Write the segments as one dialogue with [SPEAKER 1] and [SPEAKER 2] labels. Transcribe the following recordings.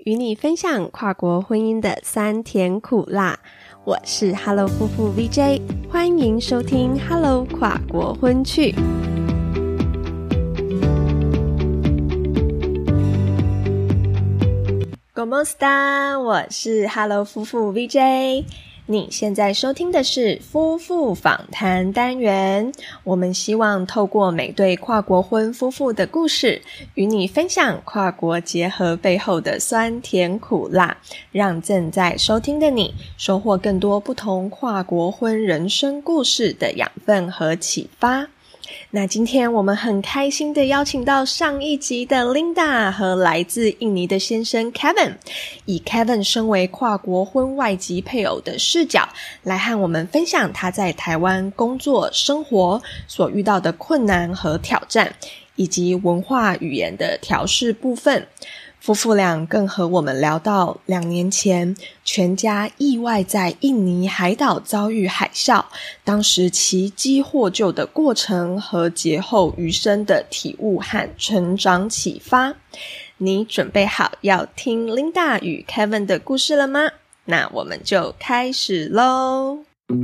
[SPEAKER 1] 与你分享跨国婚姻的酸甜苦辣。我是 Hello 夫妇 VJ， 欢迎收听 Hello 跨国婚趣。¿Cómo está？ 我是 Hello 夫妇 VJ。你现在收听的是夫妇访谈单元，我们希望透过每对跨国婚夫妇的故事，与你分享跨国结合背后的酸甜苦辣，让正在收听的你收获更多不同跨国婚人生故事的养分和启发。那今天我们很开心的邀请到上一集的 Linda 和来自印尼的先生 Kevin， 以 Kevin 身为跨国婚外籍配偶的视角，来和我们分享他在台湾工作生活所遇到的困难和挑战，以及文化语言的调试部分。夫妇俩更和我们聊到2年前全家意外在印尼海岛遭遇海啸，当时奇迹获救的过程和劫后余生的体悟和成长启发。你准备好要听 Linda 与 Kevin 的故事了吗？那我们就开始咯。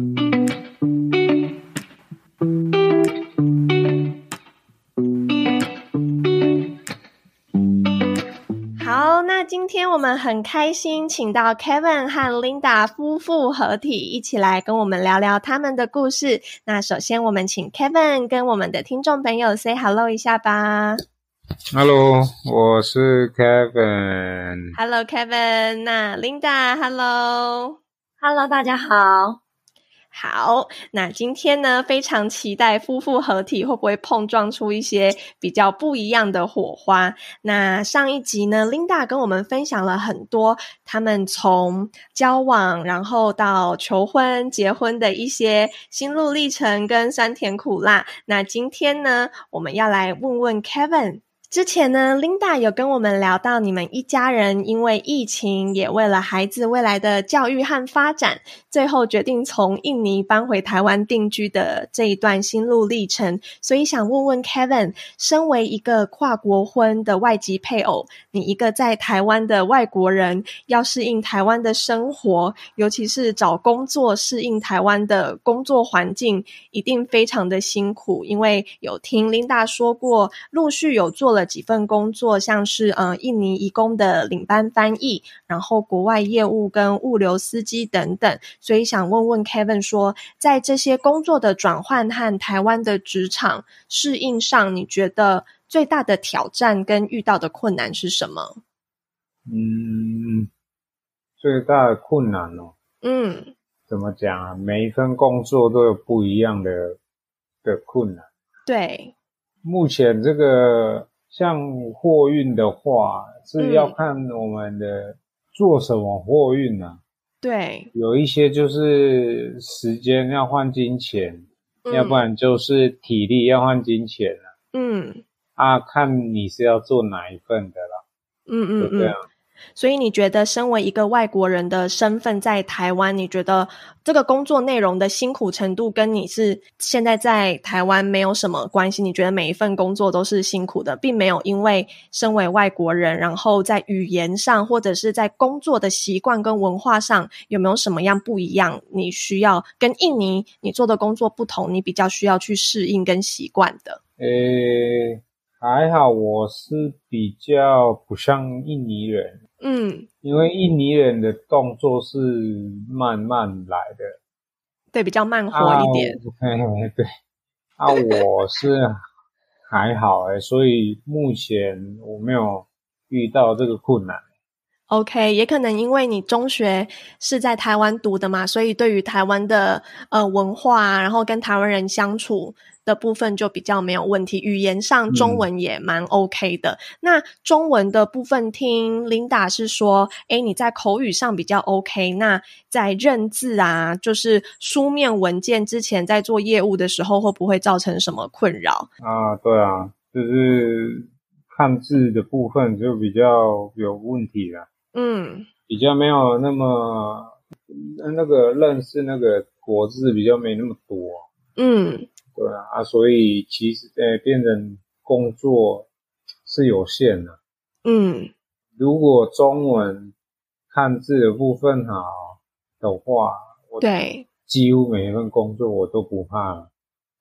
[SPEAKER 1] 好，那今天我们很开心请到 Kevin 和 Linda 夫妇合体一起来跟我们聊聊他们的故事。那首先我们请 Kevin 跟我们的听众朋友 say hello 一下吧。
[SPEAKER 2] Hello， 我是 Kevin。
[SPEAKER 1] Hello Kevin， 那 Linda hello。
[SPEAKER 3] Hello， 大家好。
[SPEAKER 1] 好，那今天呢非常期待夫妇合体会不会碰撞出一些比较不一样的火花。那上一集呢 Linda 跟我们分享了很多他们从交往然后到求婚结婚的一些心路历程跟酸甜苦辣。那今天呢我们要来问问 Kevin，之前呢 Linda 有跟我们聊到你们一家人因为疫情也为了孩子未来的教育和发展，最后决定从印尼搬回台湾定居的这一段心路历程。所以想问问 Kevin， 身为一个跨国婚的外籍配偶，你一个在台湾的外国人，要适应台湾的生活，尤其是找工作适应台湾的工作环境，一定非常的辛苦。因为有听 Linda 说过，陆续有做了几份工作，像是印尼移工的领班翻译，然后国外业务跟物流司机等等。所以想问问 Kevin 说，在这些工作的转换和台湾的职场适应上，你觉得最大的挑战跟遇到的困难是什么？
[SPEAKER 2] 最大的困难哦，怎么讲啊？每一份工作都有不一样的困难。
[SPEAKER 1] 对，
[SPEAKER 2] 目前这个像货运的话，是要看我们的做什么货运啊。
[SPEAKER 1] 对，
[SPEAKER 2] 有一些就是时间要换金钱，要不然就是体力要换金钱看你是要做哪一份的啦。就这样。
[SPEAKER 1] 所以你觉得身为一个外国人的身份在台湾，你觉得这个工作内容的辛苦程度跟你是现在在台湾没有什么关系？你觉得每一份工作都是辛苦的，并没有因为身为外国人，然后在语言上或者是在工作的习惯跟文化上有没有什么样不一样，你需要跟印尼你做的工作不同，你比较需要去适应跟习惯的？
[SPEAKER 2] 还好我是比较不像印尼人。因为印尼人的动作是慢慢来的，
[SPEAKER 1] 对，比较慢活一点。
[SPEAKER 2] 对。我是还好所以目前我没有遇到这个困难。
[SPEAKER 1] OK， 也可能因为你中学是在台湾读的嘛，所以对于台湾的文化然后跟台湾人相处的部分就比较没有问题，语言上中文也蛮 OK 的。那中文的部分听 Linda 是说你在口语上比较 OK， 那在认字啊，就是书面文件之前在做业务的时候会不会造成什么困扰？
[SPEAKER 2] 对啊，就是看字的部分就比较有问题啦。比较没有那么那个认识那个国字比较没那么多。对所以其实变成工作是有限的。 如果中文汉字的部分好的话，我
[SPEAKER 1] 对
[SPEAKER 2] 几乎每一份工作我都不怕了。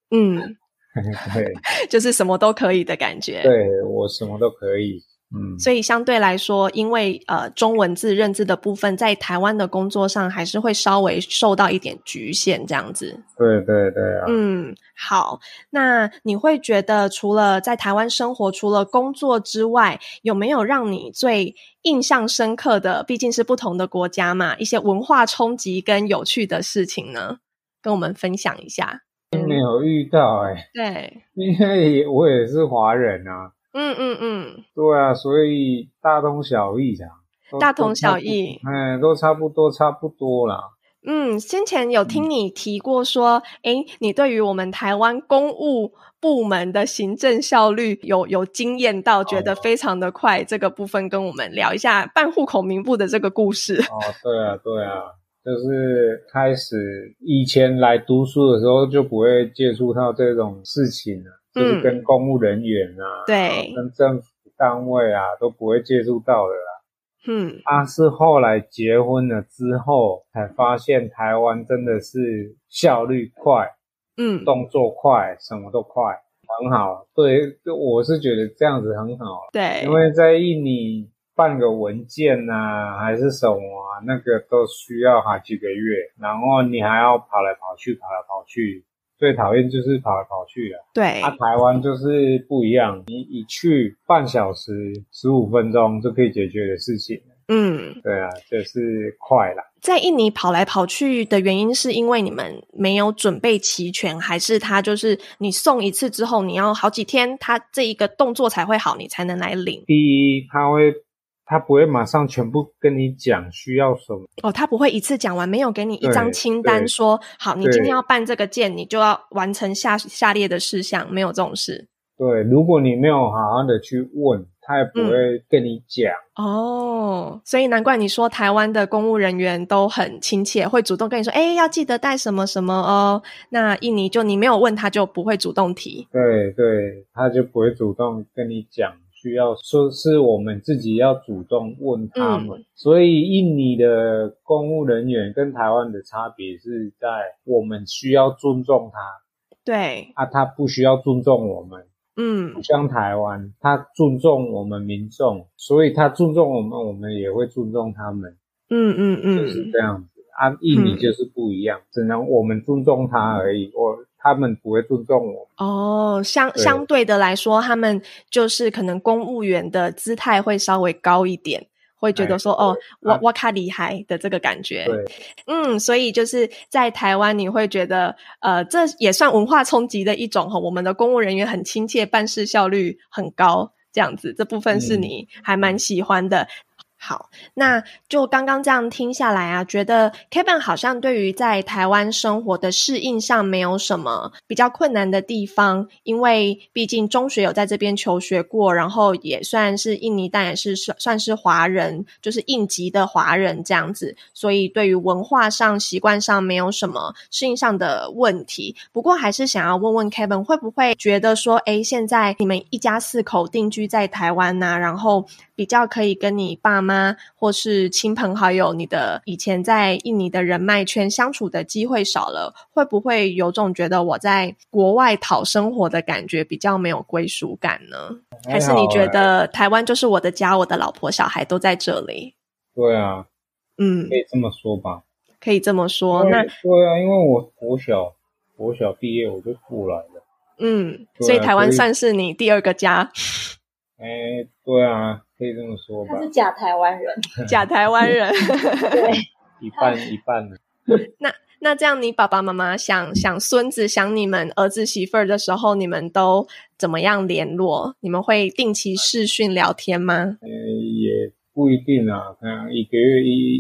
[SPEAKER 2] 对，
[SPEAKER 1] 就是什么都可以的感觉。
[SPEAKER 2] 对，我什么都可以。
[SPEAKER 1] 所以相对来说，因为中文字认字的部分在台湾的工作上还是会稍微受到一点局限这样子。
[SPEAKER 2] 对对对啊。
[SPEAKER 1] 好，那你会觉得除了在台湾生活，除了工作之外，有没有让你最印象深刻的，毕竟是不同的国家嘛，一些文化冲击跟有趣的事情呢？跟我们分享一下。
[SPEAKER 2] 没有遇到
[SPEAKER 1] 对，
[SPEAKER 2] 因为我也是华人啊。对啊，所以大同小异啊。
[SPEAKER 1] 大同小异。
[SPEAKER 2] 都差不多啦。
[SPEAKER 1] 先前有听你提过说，你对于我们台湾公务部门的行政效率有经验到，觉得非常的快，这个部分跟我们聊一下办户口名簿的这个故事。
[SPEAKER 2] 对啊，就是开始以前来读书的时候就不会接触到这种事情了，就是跟公务人员啊，
[SPEAKER 1] 对，
[SPEAKER 2] 跟政府单位啊都不会接触到的啦。是后来结婚了之后才发现台湾真的是效率快，动作快，什么都快，很好。对，我是觉得这样子很好。
[SPEAKER 1] 对，
[SPEAKER 2] 因为在印尼办个文件啊还是什么啊，那个都需要好几个月，然后你还要跑来跑去，最讨厌就是跑来跑去的。
[SPEAKER 1] 对，
[SPEAKER 2] 台湾就是不一样，你一去半小时15分钟就可以解决的事情。对啊，就是快啦。
[SPEAKER 1] 在印尼跑来跑去的原因是因为你们没有准备齐全，还是他就是你送一次之后你要好几天他这一个动作才会好，你才能来领？
[SPEAKER 2] 第一，他不会马上全部跟你讲需要什么。
[SPEAKER 1] 他不会一次讲完，没有给你一张清单说好你今天要办这个件，你就要完成下列的事项，没有这种事。
[SPEAKER 2] 对，如果你没有好好的去问，他也不会跟你讲。
[SPEAKER 1] 所以难怪你说台湾的公务人员都很亲切，会主动跟你说要记得带什么什么哦。那印尼就你没有问他就不会主动提。
[SPEAKER 2] 对，他就不会主动跟你讲，需要说是我们自己要主动问他们。所以印尼的公务人员跟台湾的差别是在我们需要尊重他。
[SPEAKER 1] 对
[SPEAKER 2] 他不需要尊重我们。不像台湾，他尊重我们民众，所以他尊重我们，我们也会尊重他们。就是这样子。印尼就是不一样，只能我们尊重他而已，他们不会尊重我们。
[SPEAKER 1] 相对的来说，他们就是可能公务员的姿态会稍微高一点，会觉得说我卡厉害的这个感觉。
[SPEAKER 2] 对，
[SPEAKER 1] 所以就是在台湾你会觉得这也算文化冲击的一种，我们的公务人员很亲切，办事效率很高，这样子，这部分是你还蛮喜欢的。好，那就刚刚这样听下来啊，觉得 Kevin 好像对于在台湾生活的适应上没有什么比较困难的地方，因为毕竟中学有在这边求学过，然后也算是印尼，但也是算是华人，就是印籍的华人这样子，所以对于文化上习惯上没有什么适应上的问题。不过还是想要问问 Kevin 会不会觉得说现在你们一家4口定居在台湾啊，然后比较可以跟你爸妈或是亲朋好友，你的以前在印尼的人脉圈相处的机会少了，会不会有种觉得我在国外讨生活的感觉比较没有归属感呢？还是你觉得台湾就是我的家，我的老婆小孩都在这里？
[SPEAKER 2] 对啊，可以这么说吧。
[SPEAKER 1] 可以这么说。
[SPEAKER 2] 那对啊，因为我国小毕业我就过来了。
[SPEAKER 1] 所以台湾算是你第二个家。
[SPEAKER 2] 对啊，可以这么说吧。
[SPEAKER 3] 他是假台湾人。
[SPEAKER 1] 假台湾人。
[SPEAKER 3] 对，
[SPEAKER 2] 一半的。
[SPEAKER 1] 那这样你爸爸妈妈想孙子想你们儿子媳妇儿的时候，你们都怎么样联络？你们会定期视讯聊天吗？
[SPEAKER 2] 也不一定啊，可能一个月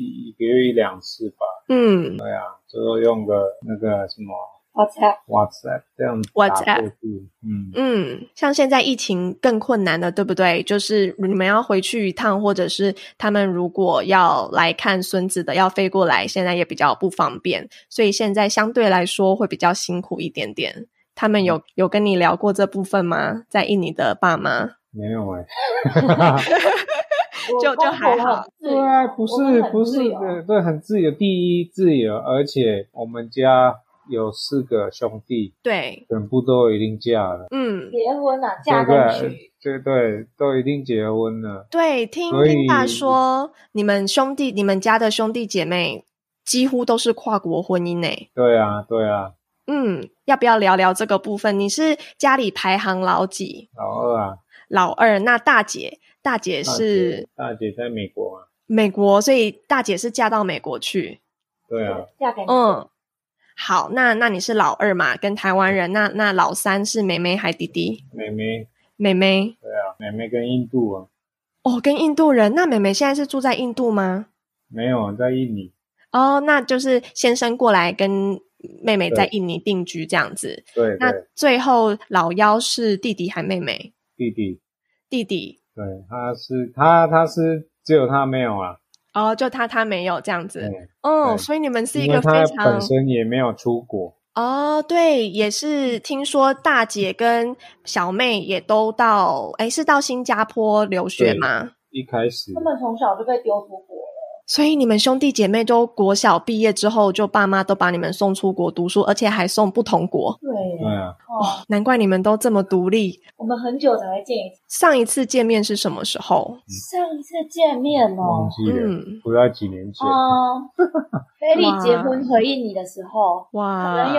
[SPEAKER 2] 1、2次吧。对啊，就用个那个什么WhatsApp 这样子打过去。
[SPEAKER 1] 像现在疫情更困难了，对不对？就是你们要回去一趟，或者是他们如果要来看孙子的要飞过来，现在也比较不方便，所以现在相对来说会比较辛苦一点点。他们有跟你聊过这部分吗？在印尼的爸妈？
[SPEAKER 2] 没有
[SPEAKER 1] 就还好。
[SPEAKER 2] 对啊，不是对，很自由。第一自由，而且我们家有4个兄弟，
[SPEAKER 1] 对，
[SPEAKER 2] 全部都已经嫁了。
[SPEAKER 3] 结婚了，嫁跟娶，
[SPEAKER 2] 对，都已经结婚了。
[SPEAKER 1] 对，听琳达说，你们家的兄弟姐妹几乎都是跨国婚姻诶。
[SPEAKER 2] 对啊。
[SPEAKER 1] 要不要聊聊这个部分？你是家里排行老几？
[SPEAKER 2] 老二啊。
[SPEAKER 1] 老二，那大姐是？
[SPEAKER 2] 大姐在美国啊。
[SPEAKER 1] 美国，所以大姐是嫁到美国去。
[SPEAKER 2] 对啊，
[SPEAKER 3] 嫁给
[SPEAKER 1] 好，那你是老二嘛，跟台湾人，那老三是妹妹还弟弟？妹妹。
[SPEAKER 2] 对啊，妹妹跟印度啊。
[SPEAKER 1] 哦，跟印度人。那妹妹现在是住在印度吗？
[SPEAKER 2] 没有，在印尼。
[SPEAKER 1] 哦，那就是先生过来跟妹妹在印尼定居这样子。
[SPEAKER 2] 对。
[SPEAKER 1] 那最后老幺是弟弟还妹妹？弟弟。
[SPEAKER 2] 对，他是只有他没有啊。
[SPEAKER 1] 哦，就他没有这样子。所以你们是一个非常，
[SPEAKER 2] 他本身也没有出国。
[SPEAKER 1] 哦，对，也是听说大姐跟小妹也都到，是到新加坡留学吗？
[SPEAKER 2] 一开始
[SPEAKER 3] 他们从小就被丢出国了。
[SPEAKER 1] 所以你们兄弟姐妹都国小毕业之后，就爸妈都把你们送出国读书，而且还送不同国。
[SPEAKER 3] 对
[SPEAKER 2] 啊。
[SPEAKER 1] 难怪你们都这么独立。
[SPEAKER 3] 我们很久才会见一次。
[SPEAKER 1] 上一次见面是什么时候？
[SPEAKER 3] 上一次见面
[SPEAKER 2] 忘记了，不知道几年前。
[SPEAKER 3] 菲利结婚回印尼的时候，
[SPEAKER 1] 哇，
[SPEAKER 3] 可能有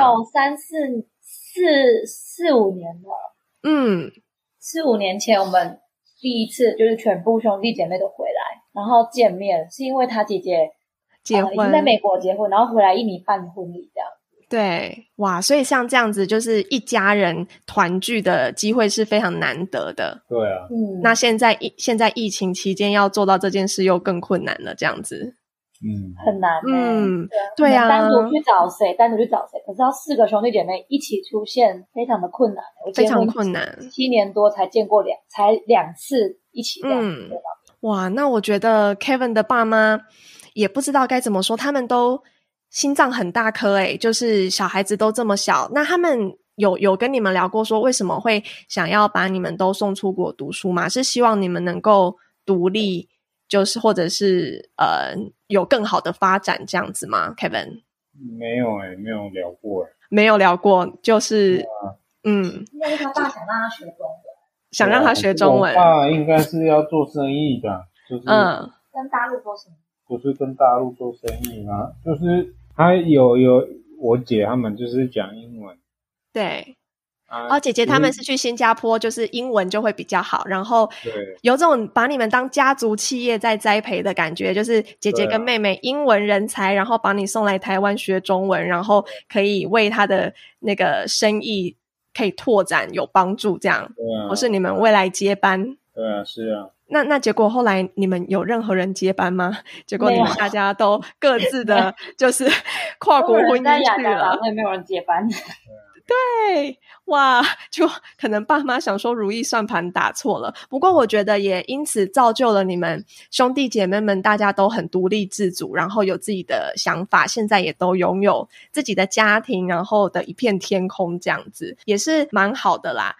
[SPEAKER 3] 四五年了。4-5年前我们第一次就是全部兄弟姐妹都回来，然后见面是因为他姐姐
[SPEAKER 1] 结婚，
[SPEAKER 3] 已经在美国结婚，然后回来印尼办婚礼这样。
[SPEAKER 1] 对，哇，所以像这样子就是一家人团聚的机会是非常难得的。
[SPEAKER 2] 对啊。
[SPEAKER 1] 那现在疫情期间要做到这件事又更困难了，这样子。
[SPEAKER 3] 很难。
[SPEAKER 1] 对啊，
[SPEAKER 3] 单独去找谁，可是要4个兄弟姐妹一起出现，非常的困难。
[SPEAKER 1] 非常困难
[SPEAKER 3] ，7年多才见过才2次一起这样。
[SPEAKER 1] 哇，那我觉得 Kevin 的爸妈也不知道该怎么说，他们都心脏很大颗就是小孩子都这么小。那他们有跟你们聊过说为什么会想要把你们都送出国读书吗？是希望你们能够独立，就是或者是有更好的发展这样子吗 Kevin？
[SPEAKER 2] 没有没有聊过
[SPEAKER 1] 没有聊过，就是
[SPEAKER 3] 应该是他爸想让他学中文。
[SPEAKER 1] 想让他学中文。
[SPEAKER 2] 我爸应该是要做生意的，就是
[SPEAKER 3] 跟大陆做生意。
[SPEAKER 2] 不是跟大陆做生意吗？就是他有我姐他们就是讲英文。
[SPEAKER 1] 对。姐姐他们是去新加坡，就是英文就会比较好，然后有这种把你们当家族企业在栽培的感觉，就是姐姐跟妹妹英文人才，然后把你送来台湾学中文，然后可以为他的那个生意可以拓展有帮助这样。或是你们未来接班。
[SPEAKER 2] 对啊，是啊。
[SPEAKER 1] 那结果后来你们有任何人接班吗？结果你们大家都各自的就是跨国婚姻去了，
[SPEAKER 3] 所以没有人接班。
[SPEAKER 1] 对，哇，就可能爸妈想说如意算盘打错了。不过我觉得也因此造就了你们兄弟姐妹们，大家都很独立自主，然后有自己的想法，现在也都拥有自己的家庭，然后的一片天空这样子，也是蛮好的啦。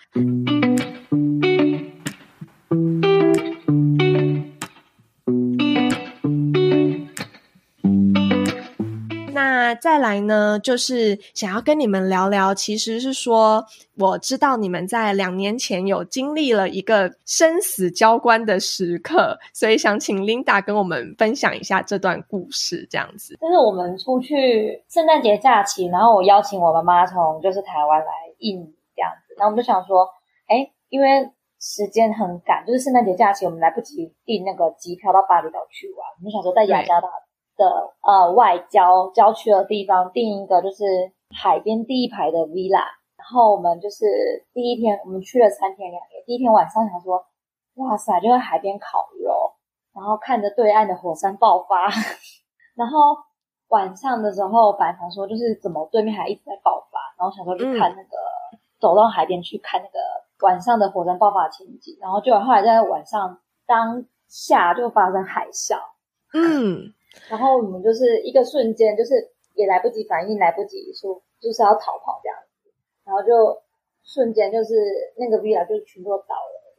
[SPEAKER 1] 那再来呢，就是想要跟你们聊聊，其实是说我知道你们在2年前有经历了一个生死交关的时刻，所以想请 Linda 跟我们分享一下这段故事这样子。
[SPEAKER 3] 就是我们出去圣诞节假期，然后我邀请我妈妈从就是台湾来印尼这样子，然后我们就想说因为时间很赶，就是圣诞节假期我们来不及订那个机票到巴厘岛去玩，我们想说在雅加达的外郊区的地方订一个就是海边第一排的 villa， 然后我们就是第一天我们去了3天2夜，第一天晚上想说哇塞就在海边烤肉，然后看着对岸的火山爆发然后晚上的时候本来想说就是怎么对面还一直在爆发，然后想说去看那个走到海边去看那个晚上的火山爆发情景，然后就后来在晚上当下就发生海啸。然后我们就是一个瞬间，就是也来不及反应，来不及说就是要逃跑这样子，然后就瞬间就是那个 villa 就全部都倒了，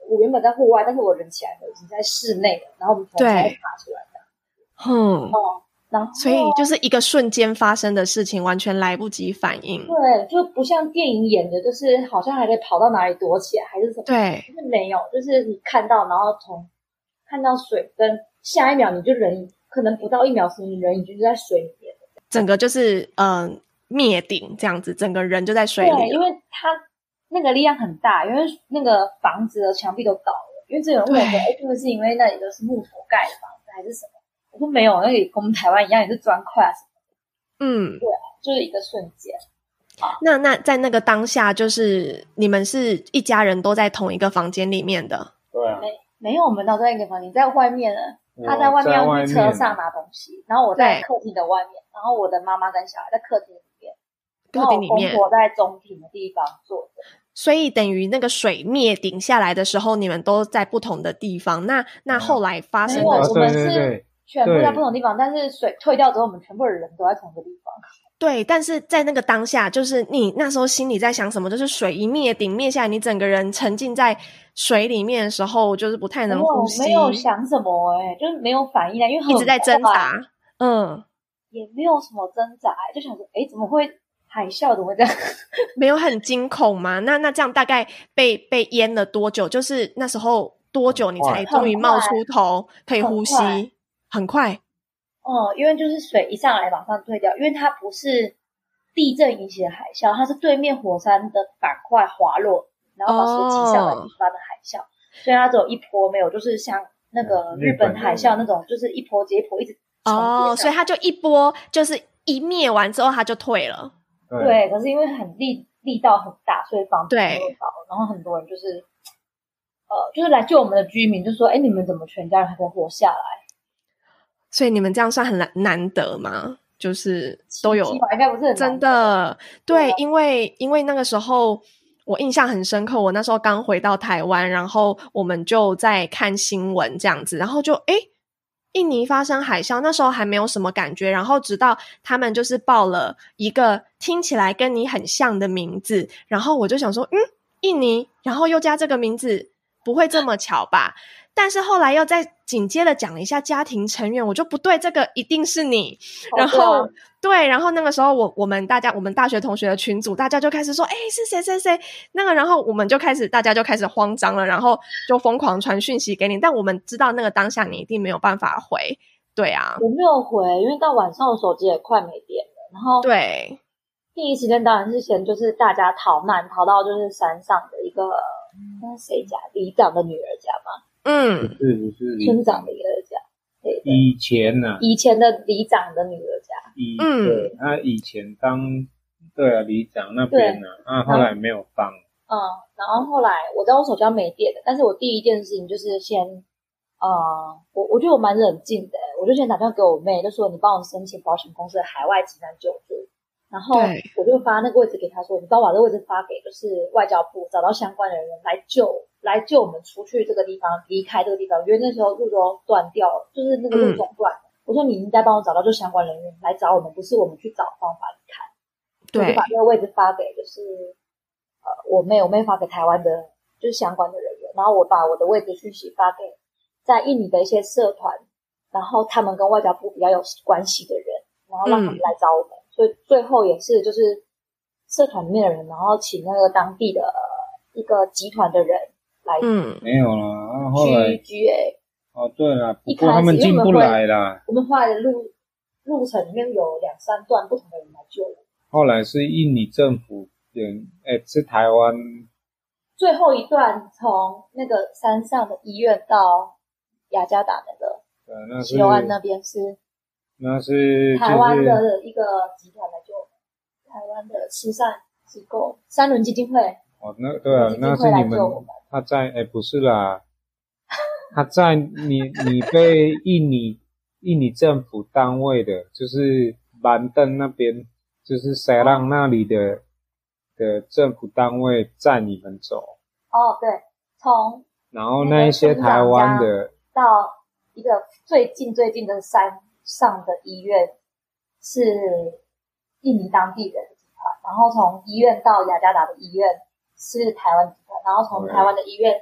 [SPEAKER 3] 我原本在户外，但是我人起来了，已经在室内了，然后我们从才爬出来的。然后
[SPEAKER 1] 所以就是一个瞬间发生的事情，完全来不及反应。
[SPEAKER 3] 对，就不像电影演的，就是好像还得跑到哪里躲起来，还是什么？
[SPEAKER 1] 对，
[SPEAKER 3] 就是没有，就是你看到，然后从看到水跟下一秒你就人可能不到1秒时间，你人已经在水里面了，
[SPEAKER 1] 整个就是灭顶这样子，整个人就在水里了。
[SPEAKER 3] 对，因为它那个力量很大，因为那个房子的墙壁都倒了。因为这有人问我说，这个是因为那里都是木头盖的房子还是什么？我说没有，那里跟我们台湾一样，也是砖块啊什么的。对啊，就是一个瞬间。
[SPEAKER 1] 那在那个当下，就是你们是一家人都在同一个房间里面的？
[SPEAKER 2] 对啊，
[SPEAKER 3] 没有，我们都在一个房间，在外面呢。他在外面要去车上拿东西，然后我在客厅的外面，然后我的妈妈跟小孩在客厅里面，然后我公婆在中庭的地方坐着。
[SPEAKER 1] 所以等于那个水灭顶下来的时候，你们都在不同的地方。那后来发生的，
[SPEAKER 3] 我们是全部在不同地方，但是水退掉之后，我们全部的人都在同一个地方。
[SPEAKER 1] 对，但是在那个当下，就是你那时候心里在想什么？就是水一灭顶灭下来，你整个人沉浸在水里面的时候，就是不太能呼吸。
[SPEAKER 3] 没有想什么就是没有反应因为
[SPEAKER 1] 一直在挣扎。
[SPEAKER 3] 也没有什么挣扎就想说，怎么会海啸？怎么会这样？
[SPEAKER 1] 没有很惊恐吗？那这样大概被淹了多久？就是那时候多久你才终于冒出头可以呼吸？很快。
[SPEAKER 3] 因为就是水一上来马上退掉，因为它不是地震引起的海啸，它是对面火山的板块滑落，然后把水挤上来引发的海啸，所以它只有一波，没有就是像那个日本海啸那种，就是一波接一波一直
[SPEAKER 1] 所以它就一波就是一灭完之后它就退了。
[SPEAKER 3] 对，可是因为很力道很大，所以房子都倒了，然后很多人就是来救我们的居民，就说你们怎么全家人还可以活下来？
[SPEAKER 1] 所以你们这样算很难得吗？就是都有，
[SPEAKER 3] 应该不是很
[SPEAKER 1] 真的。对，因为那个时候我印象很深刻，我那时候刚回到台湾，然后我们就在看新闻这样子，然后就印尼发生海啸，那时候还没有什么感觉，然后直到他们就是报了一个听起来跟你很像的名字，然后我就想说印尼，然后又加这个名字，不会这么巧吧？但是后来又再紧接着讲了一下家庭成员，我就不对，这个一定是你。然后对，然后那个时候我们大学同学的群组，大家就开始说是谁谁谁那个，然后我们大家就开始慌张了，然后就疯狂传讯息给你，但我们知道那个当下你一定没有办法回。对啊，
[SPEAKER 3] 我没有回，因为到晚上我手机也快没电了，然后
[SPEAKER 1] 对，
[SPEAKER 3] 第一时间当然是先就是大家逃难，逃到就是山上的一个那是谁家里长的女儿家吗？
[SPEAKER 2] 不是
[SPEAKER 3] 村长的女儿家。对，
[SPEAKER 2] 以前
[SPEAKER 3] 的里长的女儿家。
[SPEAKER 2] 对，他以前当里长那边后来没有放。
[SPEAKER 3] 然后后来我知道我手机没电了，但是我第一件事情就是先我觉得我蛮冷静的，我就先打电话给我妹，就说你帮我申请保险公司的海外急难救助，然后我就发那个位置给他说，你帮我把这个位置发给就是外交部，找到相关的人来救我们出去这个地方，离开这个地方，因为那时候路都断掉了，就是那个路中断了。我说你应该帮我找到就相关人员来找我们，不是我们去找方法离开。我就把这个位置发给就是我妹发给台湾的就是相关的人员，然后我把我的位置讯息发给在印尼的一些社团，然后他们跟外交部比较有关系的人，然后让他们来找我们。所以最后也是就是社团里面的人，然后请那个当地的一个集团的人来。
[SPEAKER 2] 没有啦，后来
[SPEAKER 3] GA
[SPEAKER 2] 对啦，不过他们进不来啦。
[SPEAKER 3] 我们后来的路程里面有2-3段不同的人来救我。
[SPEAKER 2] 后来是印尼政府人，是台湾。
[SPEAKER 3] 最后一段从那个山上的医院到雅加达那个西欧岸那边
[SPEAKER 2] 那是
[SPEAKER 3] 台湾的一个集团来救我们，台湾的慈善机构三轮基金会。
[SPEAKER 2] 那对啊，那是你们。他在不是啦，他在你被印尼政府单位的，就是板凳那边，就是塞浪那里的政府单位载你们走。
[SPEAKER 3] 对，
[SPEAKER 2] 然后那一些台湾的
[SPEAKER 3] 到一个最近的山上的医院是印尼当地人的集团，然后从医院到雅加达的医院是台湾集团，然后从台湾的医院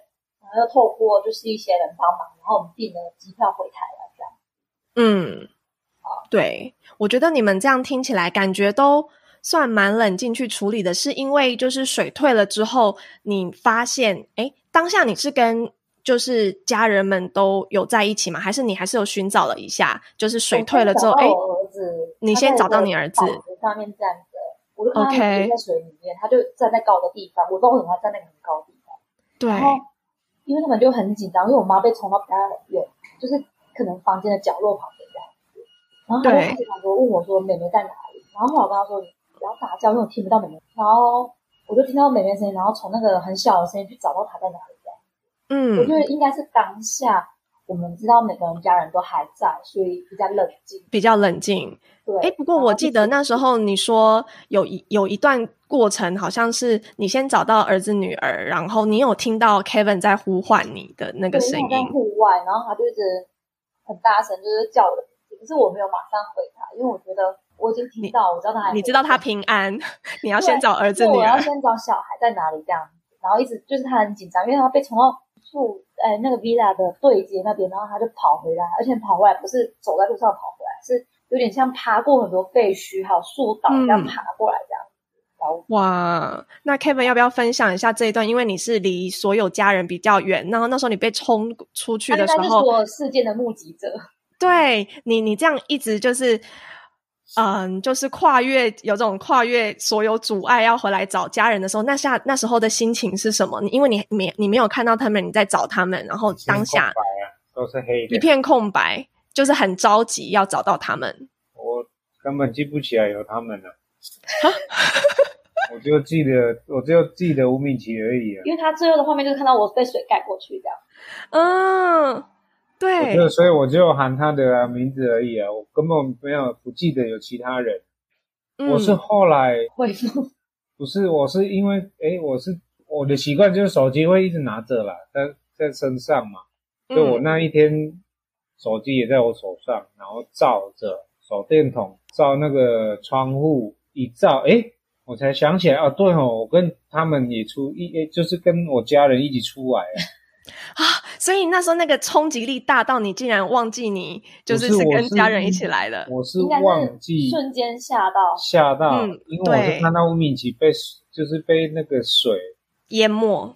[SPEAKER 3] 然后又透过就是一些人帮忙，然后我们订了机票回台湾这样。
[SPEAKER 1] 对，我觉得你们这样听起来感觉都算蛮冷静去处理的，是因为就是水退了之后，你发现当下你是跟就是家人们都有在一起吗？还是你还是有寻找了一下，就是水退了之后
[SPEAKER 3] 我儿子，
[SPEAKER 1] 你先找到你儿子
[SPEAKER 3] 上面站着，我就看他们在水里面，他就站在高的地方，我不知道为什么他站那个很高的地方。
[SPEAKER 1] 对，
[SPEAKER 3] 然后因为他们就很紧张，因为我妈被冲到比较远，就是可能房间的角落旁边这样子。然后他就开始问我说妹妹在哪里，然后后来我跟他说你不要大叫，因为我听不到妹妹。然后我就听到妹妹声音，然后从那个很小的声音去找到她在哪里这样。我觉得应该是当下我们知道每个人家人都还在，所以比较冷静。
[SPEAKER 1] 对，不过我记得那时候你说有一段过程，好像是你先找到儿子女儿，然后你有听到 Kevin 在呼唤你的那个声音，
[SPEAKER 3] 在户外，然后他就一直很大声，就是叫我的名字，可是我没有马上回他，因为我觉得我已经听到，我知道他，
[SPEAKER 1] 你知道他平安，你要先找儿子女儿，
[SPEAKER 3] 我要先找小孩在哪里这样子，然后一直就是他很紧张，因为他被冲到那个 Villa 的对街那边，然后他就跑回来，而且跑回来不是走在路上跑回来，是有点像爬过很多废墟还有树岛这样爬过来这样。
[SPEAKER 1] 哇，那 Kevin 要不要分享一下这一段？因为你是离所有家人比较远，然后那时候你被冲出去的时候，
[SPEAKER 3] 他应该是所有事件的目击者。
[SPEAKER 1] 对，你这样一直就是就是有种跨越所有阻碍要回来找家人的时候，那时候的心情是什么？因为你没有看到他们，你在找他们，然后当下
[SPEAKER 2] 都是黑的，
[SPEAKER 1] 一片空白，就是很着急要找到他们。
[SPEAKER 2] 我根本记不起来有他们了。我就记得吴敏琪而已啊。
[SPEAKER 3] 因为他最后的画面就是看到我被水盖过去这样。
[SPEAKER 1] 对，
[SPEAKER 2] 所以我就喊他的名字而已啊，我根本不记得有其他人。我是后来
[SPEAKER 3] 回复，
[SPEAKER 2] 不是，我是因为我的习惯就是手机会一直拿着啦，在身上嘛，所以我那一天手机也在我手上，然后照着手电筒照那个窗户一照，我才想起来啊，对哦，我跟他们也就是跟我家人一起出来
[SPEAKER 1] 所以那时候那个冲击力大到你竟然忘记你就是跟家人一起来的。
[SPEAKER 2] 我是忘记，
[SPEAKER 3] 瞬间吓
[SPEAKER 2] 到，因为我就看到吴敏琪被那个水
[SPEAKER 1] 淹没，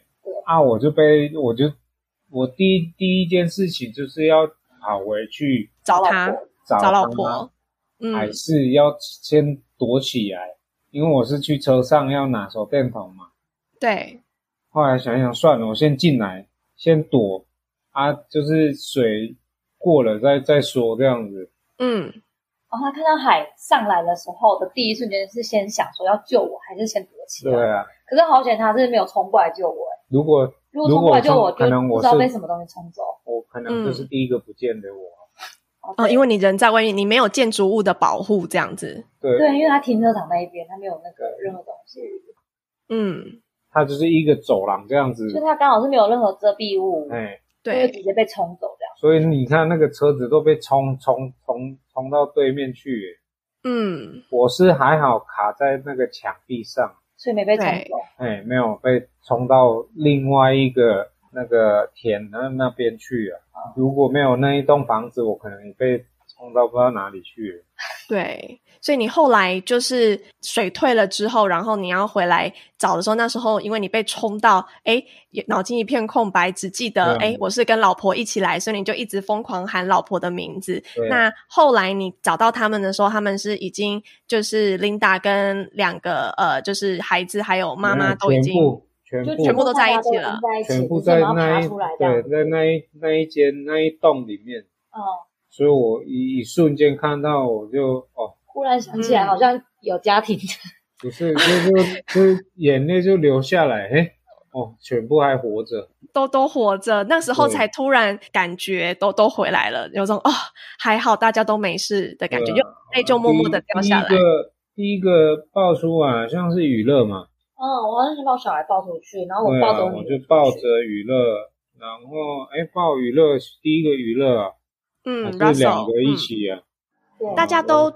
[SPEAKER 2] 我第一件事情就是要跑回去
[SPEAKER 1] 找老婆，
[SPEAKER 2] 还是要先躲起来，因为我是去车上要拿手电筒嘛。
[SPEAKER 1] 对。
[SPEAKER 2] 后来想想算了，我先进来，先躲就是水过了再说这样子。
[SPEAKER 3] 他看到海上来的时候的第一瞬间是先想说要救我还是先躲起来。
[SPEAKER 2] 对啊。
[SPEAKER 3] 可是好险他是没有冲过来救我。
[SPEAKER 2] 如果
[SPEAKER 3] 冲过来救我，
[SPEAKER 2] 可能
[SPEAKER 3] 不知道被什么东西冲走。
[SPEAKER 2] 我可能就是第一个不见的我。
[SPEAKER 1] 因为你人在外面，你没有建筑物的保护这样子。
[SPEAKER 2] 对，
[SPEAKER 3] 因为他停车场那一边他没有那个任何东西。
[SPEAKER 2] 它就是一个走廊这样子，
[SPEAKER 3] 所以它刚好是没有任何遮蔽物，
[SPEAKER 1] 对，
[SPEAKER 3] 就会直接被冲走这样。
[SPEAKER 2] 所以你看那个车子都被冲到对面去。我是还好卡在那个墙壁上，
[SPEAKER 3] 所以没被冲走。
[SPEAKER 2] 没有被冲到另外一个那个田那边去了。如果没有那一栋房子，我可能也被冲到不知道哪里去了。
[SPEAKER 1] 对，所以你后来就是水退了之后，然后你要回来找的时候，那时候因为你被冲到脑筋一片空白，只记得我是跟老婆一起来，所以你就一直疯狂喊老婆的名字。那后来你找到他们的时候，他们是已经就是 Linda 跟2个就是孩子还有妈妈都已经全部都在一起了，
[SPEAKER 2] 全部在那一间那一栋里面。所以我一瞬间看到我就
[SPEAKER 3] 忽然想起来好像有家庭
[SPEAKER 2] 不是就眼泪就流下来。全部还活着，
[SPEAKER 1] 都活着，那时候才突然感觉都回来了，有种还好大家都没事的感觉，就默默的掉下来。
[SPEAKER 2] 第一个抱出来像是雨乐嘛。
[SPEAKER 3] 我好像是把小孩抱出去，然后我抱着
[SPEAKER 2] 我就抱着雨乐，然后抱雨乐，第一个雨乐是2个一起啊。
[SPEAKER 1] 大家都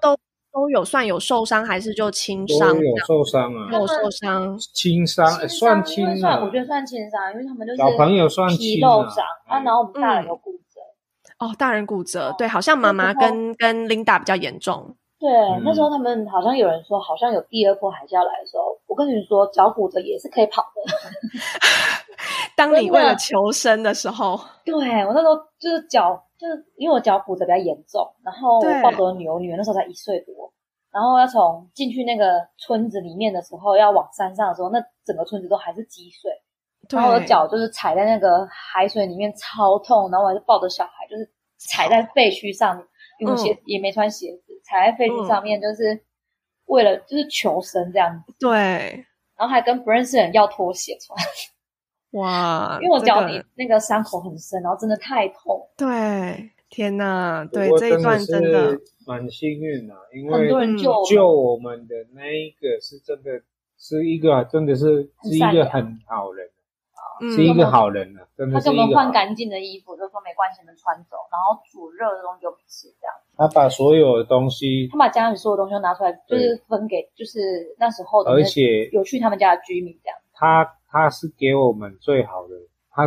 [SPEAKER 1] 都有算有受伤还是就轻伤？
[SPEAKER 2] 都有受伤啊，
[SPEAKER 1] 有受伤，
[SPEAKER 2] 轻伤，算轻啊，
[SPEAKER 3] 我觉得算轻伤，因为他们就是
[SPEAKER 2] 小朋友算
[SPEAKER 3] 皮肉伤然后我们大人有骨折。
[SPEAKER 1] 哦，大人骨折，对，好像妈妈跟Linda 比较严重。
[SPEAKER 3] 对，那时候他们好像有人说，好像有第二波海啸来的时候，我跟你说，脚骨折也是可以跑的。
[SPEAKER 1] 当你为了求生的时候，
[SPEAKER 3] 对，我那时候就是因为我脚骨折比较严重，然后我抱着我女儿那时候才1岁多，然后要从进去那个村子里面的时候，要往山上的时候，那整个村子都还是积水，然后我的脚就是踩在那个海水里面超痛，然后我还是抱着小孩，就是踩在废墟上面，因为我鞋子也没穿鞋子，踩在废墟上面，就是为了就是求生这样子。
[SPEAKER 1] 对，
[SPEAKER 3] 然后还跟不认识的人要拖鞋穿。
[SPEAKER 1] 哇，
[SPEAKER 3] 因为我脚底那个伤口很深，然后真的太痛。
[SPEAKER 1] 对，天哪，对，这一段真的
[SPEAKER 2] 蛮幸运的，因为
[SPEAKER 3] 很多人救
[SPEAKER 2] 我们的那一个是真的是一个真的是一个很好人，是一个好人啊，真的是一个好人。他给我们换
[SPEAKER 3] 干净的衣服，就说没关系，你们穿走，然后煮热的东西就不吃这样。
[SPEAKER 2] 他把所有的东西，
[SPEAKER 3] 他把家里所有东西都拿出来，就是分给就是那时候的，
[SPEAKER 2] 而且
[SPEAKER 3] 有去他们家的居民这样。
[SPEAKER 2] 他是给我们最好的，他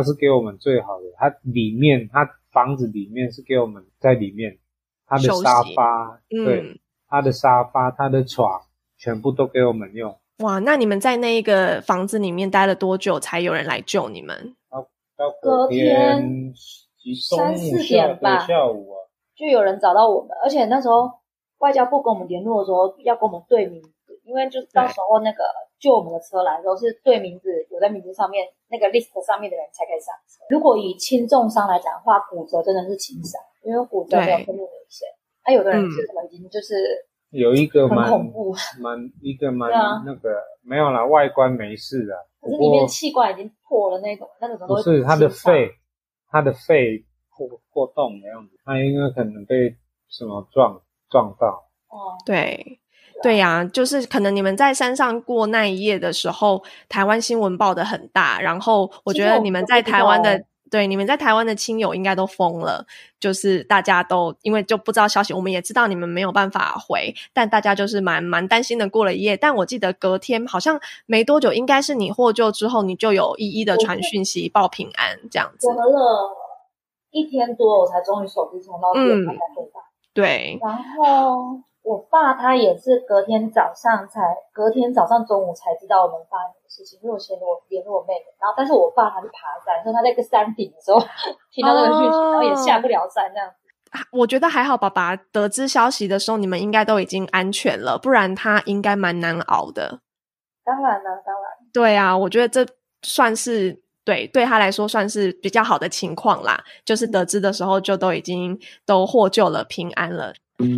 [SPEAKER 2] 房子里面是给我们在里面，他的沙发，对，他的沙发，他的床，全部都给我们用。
[SPEAKER 1] 哇，那你们在那一个房子里面待了多久才有人来救你们？
[SPEAKER 2] 到隔天3、4点吧，下午啊，
[SPEAKER 3] 就有人找到我们，而且那时候外交部跟我们联络的时候要跟我们对名字，因为就是到时候那个救我们的车来的时候是对名字，有在名字上面那个 list 上面的人才可以上车。如果以轻重伤来讲的话，骨折真的是轻伤，因为骨折没有生命危险。有的人是什么已经就是
[SPEAKER 2] 有一个
[SPEAKER 3] 很恐怖，
[SPEAKER 2] 蛮那个没有啦，外观没事啊，
[SPEAKER 3] 可是里面气管已经破了那种都
[SPEAKER 2] 不是他的肺破洞的样子，他应该可能被什么撞到。
[SPEAKER 1] 对呀，就是可能你们在山上过那一夜的时候，台湾新闻报得很大，然后我觉得你们在台湾的你们在台湾的亲友应该都疯了，就是大家都因为就不知道消息，我们也知道你们没有办法回，但大家就是蛮担心的过了一夜。但我记得隔天好像没多久，应该是你获救之后，你就有一一的传讯息报平安这样子。
[SPEAKER 3] 我了1天多，我才终于手机充到电，才回答。
[SPEAKER 1] 对，
[SPEAKER 3] 然后我爸他也是隔天早上中午才知道我们发生什么事情，因为我先联络我妹妹，然后但是我爸他去爬山，所以他在一个山顶的时候听到这个讯息，然后也下不了山这样子。
[SPEAKER 1] 我觉得还好，爸爸得知消息的时候，你们应该都已经安全了，不然他应该蛮难熬的。
[SPEAKER 3] 当然。
[SPEAKER 1] 对啊，我觉得这算是对他来说算是比较好的情况啦，就是得知的时候就都已经都获救了，平安了。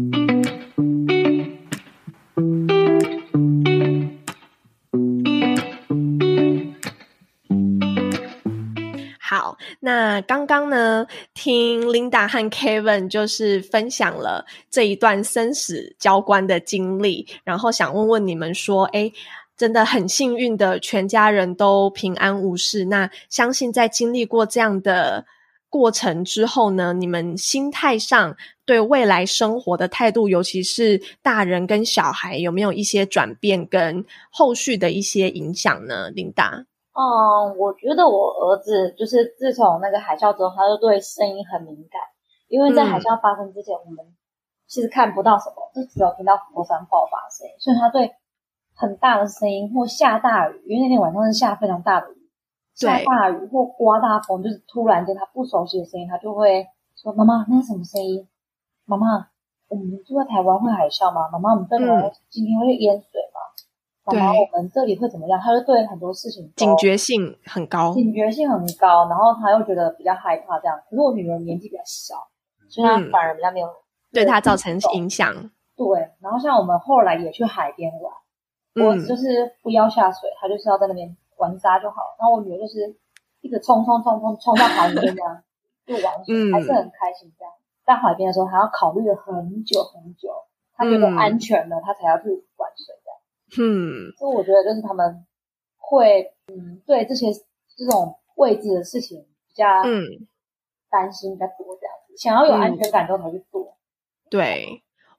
[SPEAKER 1] 好，那刚刚呢，听 Linda 和 Kevin 就是分享了这一段生死交关的经历，然后想问问你们说，真的很幸运的全家人都平安无事，那相信在经历过这样的过程之后呢，你们心态上对未来生活的态度，尤其是大人跟小孩，有没有一些转变跟后续的一些影响呢？ Linda？
[SPEAKER 3] 我觉得我儿子就是自从那个海啸之后，他就对声音很敏感，因为在海啸发生之前，我们其实看不到什么，就只有听到佛山爆发的声音，所以他对很大的声音或下大雨，因为那天晚上是下非常大的雨，下大雨或刮大风，就是突然间他不熟悉的声音，他就会说：“妈妈，那是什么声音？妈妈，我们住在台湾会海啸吗？妈妈，我们在台湾今天会淹水吗？妈妈，我们这里会怎么样？”他就对很多事情
[SPEAKER 1] 警觉性很高，
[SPEAKER 3] 然后他又觉得比较害怕这样。可是我女儿年纪比较小，所以她反而比较没有
[SPEAKER 1] 对她造成影响。
[SPEAKER 3] 对，然后像我们后来也去海边玩，我就是不要下水，他就是要在那边玩沙就好。然后我女儿就是一直冲到海里面这样就玩水，还是很开心这样。在海边的时候，还要考虑了很久很久，他觉得安全了，他才要去玩水这样。所以我觉得就是他们会对这种未知的事情比较担心比较多这样子，想要有安全感之后才去做。
[SPEAKER 1] 对，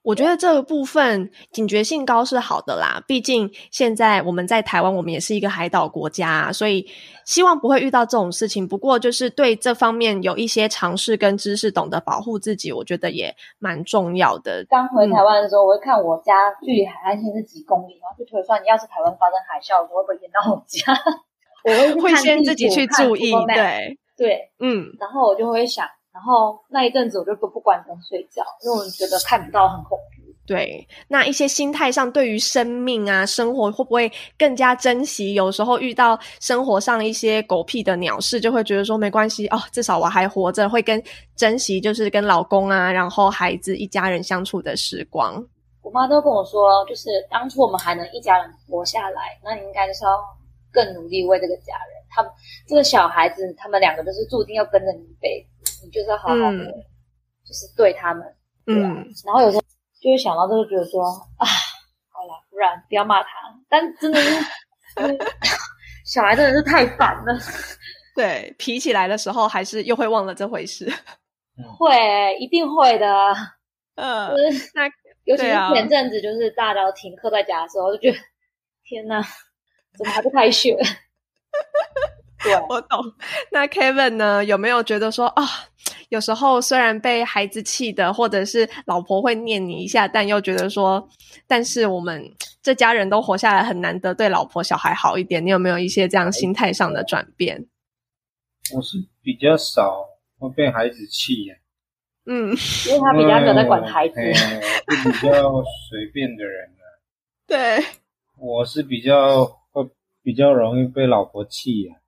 [SPEAKER 1] 我觉得这个部分警觉性高是好的啦，毕竟现在我们在台湾，我们也是一个海岛国家啊，所以希望不会遇到这种事情。不过就是对这方面有一些常识跟知识，懂得保护自己，我觉得也蛮重要的。
[SPEAKER 3] 刚回台湾的时候，我会看我家距离海岸线是几公里，然后就推算，要是台湾发生海啸的时候，会不会淹到我家？我
[SPEAKER 1] 会先自己去注意，
[SPEAKER 3] 对，然后我就会想。然后那一阵子我就都不关灯睡觉，因为我觉得看不到很恐怖。
[SPEAKER 1] 对，那一些心态上对于生命啊生活会不会更加珍惜，有时候遇到生活上一些狗屁的鸟事就会觉得说没关系哦，至少我还活着，会更珍惜就是跟老公啊然后孩子一家人相处的时光。
[SPEAKER 3] 我妈都跟我说，就是当初我们还能一家人活下来，那你应该就是要更努力为这个家人，他们这个小孩子他们两个都是注定要跟着你一辈子，你就是要好好的就是对他们，对啊。然后有时候就会想到这个，觉得说啊，好啦，不然不要骂他，但真的是小孩真的是太烦了。
[SPEAKER 1] 对，皮起来的时候还是又会忘了这回事。
[SPEAKER 3] 会，一定会的。
[SPEAKER 1] 就是
[SPEAKER 3] 那尤其是前阵子就是大家都停课在家的时候，就觉得天哪，怎么还不开学？对，
[SPEAKER 1] 我懂。那 Kevin 呢，有没有觉得说啊，有时候虽然被孩子气的，或者是老婆会念你一下，但又觉得说，但是我们这家人都活下来，很难得对老婆小孩好一点，你有没有一些这样心态上的转变？
[SPEAKER 2] 我是比较少会被孩子气呀。
[SPEAKER 3] 因为他比较没有在管孩子，
[SPEAKER 2] 是比较随便的人啊。
[SPEAKER 1] 对，
[SPEAKER 2] 我是比较容易被老婆气呀。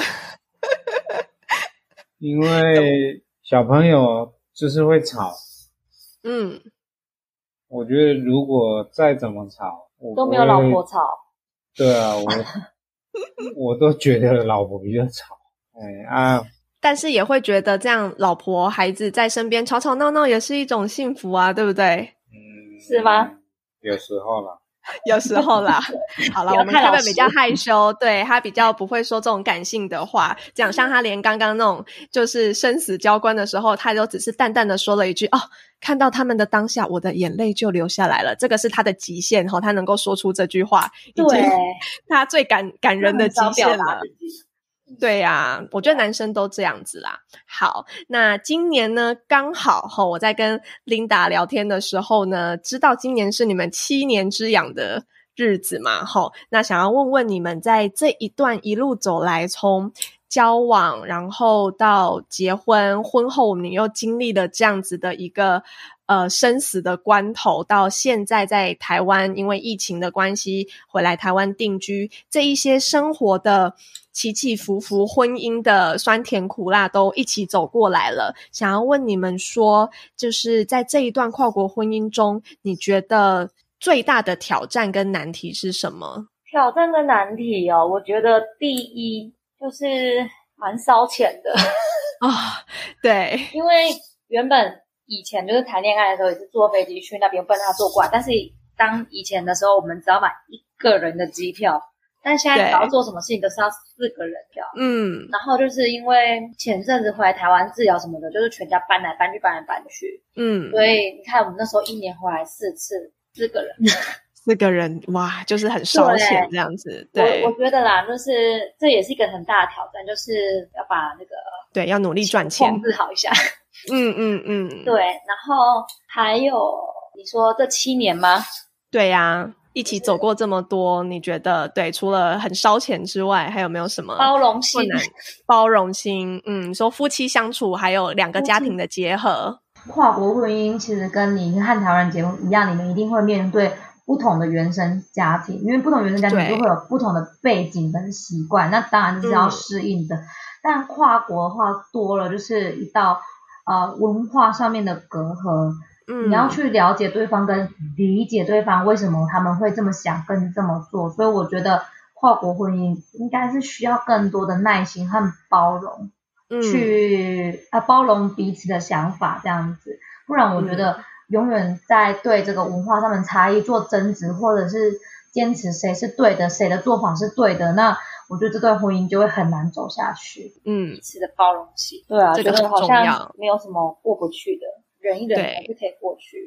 [SPEAKER 2] 因为小朋友就是会吵。我觉得如果再怎么吵，
[SPEAKER 3] 都没有老婆吵。
[SPEAKER 2] 对啊，我都觉得老婆比较吵。
[SPEAKER 1] 但是也会觉得这样老婆孩子在身边吵吵闹闹也是一种幸福啊，对不对？
[SPEAKER 3] 是吗？
[SPEAKER 2] 有时候啦。
[SPEAKER 1] 有时候啦。好了，我们Kevin比较害羞，对，他比较不会说这种感性的话，讲像他连刚刚那种就是生死交关的时候，他都只是淡淡的说了一句哦，看到他们的当下我的眼泪就流下来了，这个是他的极限齁，他能够说出这句话已经他最感人的极限了。对啊，我觉得男生都这样子啦。好，那今年呢刚好我在跟 Linda 聊天的时候呢，知道今年是你们7年之痒的日子嘛，那想要问问你们在这一段一路走来，从交往然后到结婚，婚后你又经历了这样子的一个生死的关头，到现在在台湾因为疫情的关系回来台湾定居，这一些生活的起起伏伏，婚姻的酸甜苦辣都一起走过来了。想要问你们说，就是在这一段跨国婚姻中，你觉得最大的挑战跟难题是什么？
[SPEAKER 3] 挑战跟难题哦，我觉得第一就是蛮烧钱的。
[SPEAKER 1] 对，
[SPEAKER 3] 因为原本以前就是谈恋爱的时候也是坐飞机去那边奔他坐过来，但是当以前的时候我们只要买一个人的机票，但现在只要做什么事情都是要4个人票。然后就是因为前阵子回来台湾治疗什么的，就是全家搬来搬去所以你看我们那时候1年回来4次，4个人
[SPEAKER 1] 4个人，哇，就是很烧钱这样子。对，
[SPEAKER 3] 我觉得啦，就是这也是一个很大的挑战，就是要把那个
[SPEAKER 1] 对，要努力赚钱，
[SPEAKER 3] 控制好一下。对，然后还有你说这7年吗？
[SPEAKER 1] 对呀，一起走过这么多，你觉得对，除了很烧钱之外，还有没有什么
[SPEAKER 3] 包容心？
[SPEAKER 1] 包容心，说夫妻相处，还有2个家庭的结合。
[SPEAKER 4] 跨国婚姻其实跟你和台湾人结婚一样，你们一定会面对不同的原生家庭，因为不同原生家庭就会有不同的背景跟习惯，那当然就是要适应的。但跨国的话多了就是一道文化上面的隔阂，你要去了解对方跟理解对方为什么他们会这么想跟这么做，所以我觉得跨国婚姻应该是需要更多的耐心和包容，去包容彼此的想法这样子，不然我觉得永远在对这个文化上面差异做争执，或者是坚持谁是对的，谁的做法是对的，那我觉得这段婚姻就会很难走下去。
[SPEAKER 3] 彼此的包容性，对啊，
[SPEAKER 1] 这个很重要，
[SPEAKER 3] 好像没有什么过不去的，忍一忍还是可以过去。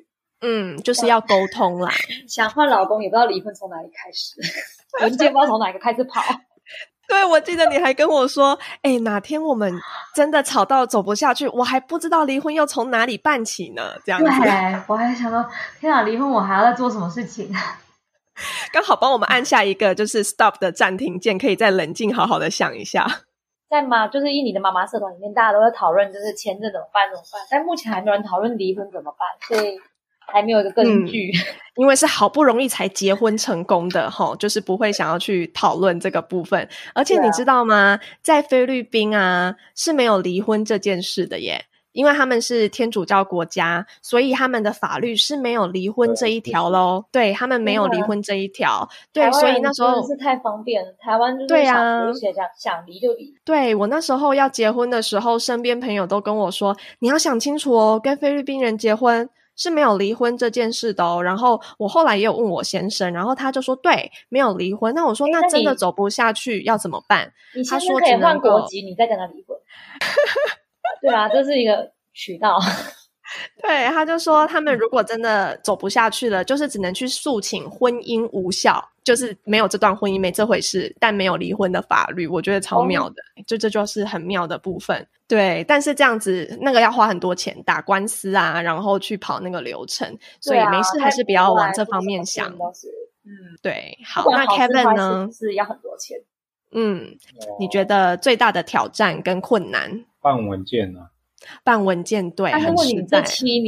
[SPEAKER 1] 就是要沟通啦。
[SPEAKER 3] 想换老公也不知道离婚从哪里开始，文件不知道从哪个开始跑。
[SPEAKER 1] 对，我记得你还跟我说，哪天我们真的吵到走不下去，我还不知道离婚又从哪里办起呢，这样子。
[SPEAKER 4] 对，我还想说，天啊，离婚我还要再做什么事情？
[SPEAKER 1] 刚好帮我们按下一个就是 stop 的暂停键，可以再冷静好好的想一下。
[SPEAKER 3] 就是印尼的妈妈社团里面，大家都在讨论就是签证怎么办，但目前还没有人讨论离婚怎么办，所以还没有一个根据。
[SPEAKER 1] 因为是好不容易才结婚成功的就是不会想要去讨论这个部分。而且你知道吗，在菲律宾啊是没有离婚这件事的耶，因为他们是天主教国家，所以他们的法律是没有离婚这一条咯。对，他们没有离婚这一条。对，所以那时候
[SPEAKER 3] 是太方便了，台湾就是想离就离。
[SPEAKER 1] 对，我那时候要结婚的时候，身边朋友都跟我说，你要想清楚哦，跟菲律宾人结婚是没有离婚这件事的哦。然后我后来也有问我先生，然后他就说对，没有离婚。那我说那真的走不下去要怎么办？
[SPEAKER 3] 你先生可以换国籍，你再跟他离婚。对啊，这是一个渠道。
[SPEAKER 1] 对，他就说他们如果真的走不下去了，就是只能去诉请婚姻无效，就是没有这段婚姻没这回事，但没有离婚的法律。我觉得超妙的，这就是很妙的部分。对，但是这样子那个要花很多钱，打官司啊，然后去跑那个流程，所以没事还是不要往这方面想。对，好，那 Kevin 呢？
[SPEAKER 3] 是要很多钱。
[SPEAKER 1] 你觉得最大的挑战跟困难？
[SPEAKER 2] 办文件啊。
[SPEAKER 1] 办文件，对，很实在。
[SPEAKER 3] 但是你这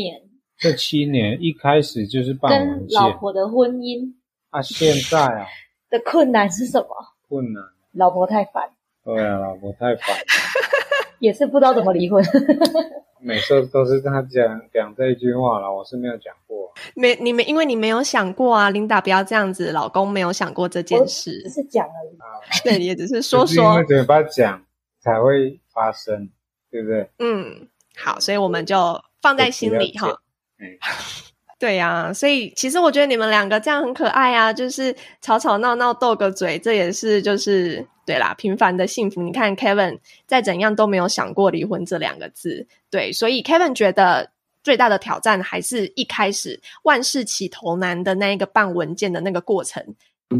[SPEAKER 2] 7年一开始就是办文件，
[SPEAKER 3] 跟老婆的婚姻
[SPEAKER 2] 现在
[SPEAKER 3] 的困难是什么？
[SPEAKER 2] 困难，
[SPEAKER 3] 老婆太烦。
[SPEAKER 2] 对啊，老婆太烦。
[SPEAKER 3] 也是不知道怎么离婚。
[SPEAKER 2] 每次都是跟他讲这一句话啦，我是没有讲过。
[SPEAKER 1] 因为你没有想过啊，Linda不要这样子，老公没有想过这件事，
[SPEAKER 3] 只是讲而已。
[SPEAKER 1] 对，也只是说，
[SPEAKER 2] 就是因为嘴巴讲才会发生，对不对？
[SPEAKER 1] 好，所以我们就放在心里哈。对啊，所以其实我觉得你们两个这样很可爱啊，就是吵吵闹闹斗个嘴，这也是就是对啦，平凡的幸福。你看 Kevin 再怎样都没有想过离婚这2个字，对，所以 Kevin 觉得最大的挑战还是一开始万事起头难的那一个办文件的那个过程。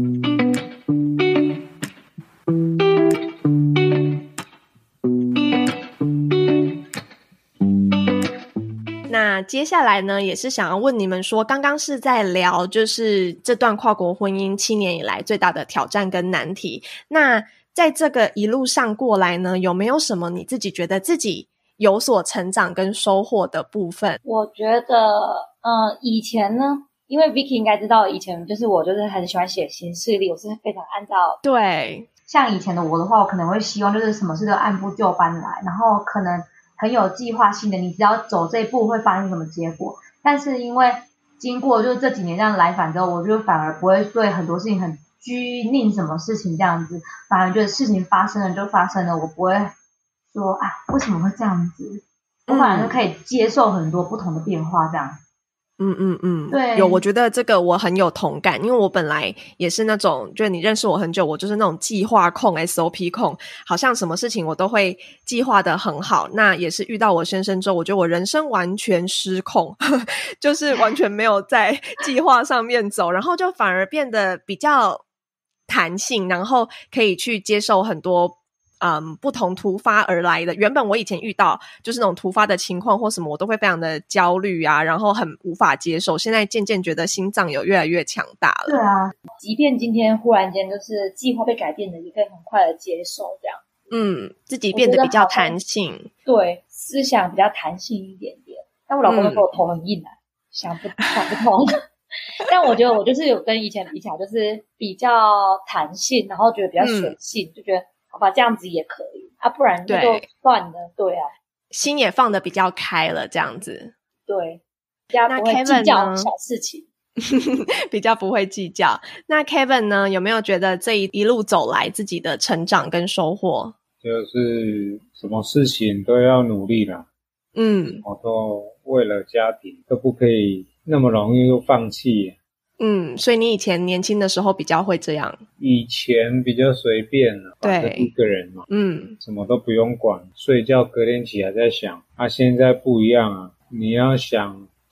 [SPEAKER 1] 那接下来呢，也是想要问你们说，刚刚是在聊就是这段跨国婚姻7年以来最大的挑战跟难题。那在这个一路上过来呢，有没有什么你自己觉得自己有所成长跟收获的部分？
[SPEAKER 3] 我觉得以前呢，因为 Vicky 应该知道，以前就是我就是很喜欢写行事历，我是非常按照，
[SPEAKER 1] 对，
[SPEAKER 4] 像以前的我的话，我可能会希望就是什么事都按部就班来，然后可能很有计划性的，你只要走这一步会发生什么结果。但是因为经过就是这几年这样来返之后，我就反而不会对很多事情很拘泥什么事情这样子，反而觉得事情发生了就发生了，我不会说为什么会这样子，我反而就可以接受很多不同的变化这样。
[SPEAKER 1] 对，我觉得这个我很有同感，因为我本来也是那种，就是你认识我很久，我就是那种计划控 SOP 控，好像什么事情我都会计划得很好。那也是遇到我先生之后，我觉得我人生完全失控就是完全没有在计划上面走，然后就反而变得比较弹性，然后可以去接受很多不同突发而来的，原本我以前遇到就是那种突发的情况或什么，我都会非常的焦虑啊，然后很无法接受，现在渐渐觉得心脏有越来越强大了。
[SPEAKER 3] 对啊，即便今天忽然间就是计划被改变的，也可以很快的接受这样。
[SPEAKER 1] 自己变得比较弹性，
[SPEAKER 3] 对，思想比较弹性一点点。但我老公就说我头很硬啊，想不通但我觉得我就是有跟以前比起来，就是比较弹性，然后觉得比较随性，就觉得好吧，这样子也可以啊，不然就算了。对啊，
[SPEAKER 1] 心也放得比较开了，这样子。
[SPEAKER 3] 对，比较不会计较小事情，
[SPEAKER 1] 比较不会计较。那 Kevin 呢，有没有觉得这一路走来自己的成长跟收获？
[SPEAKER 2] 就是什么事情都要努力啦，我都为了家庭都不可以那么容易就放弃。
[SPEAKER 1] 所以你以前年轻的时候比较会这样？
[SPEAKER 2] 以前比较随便了，对，一个人嘛，什么都不用管，睡觉隔天起来在想。现在不一样啊，你要想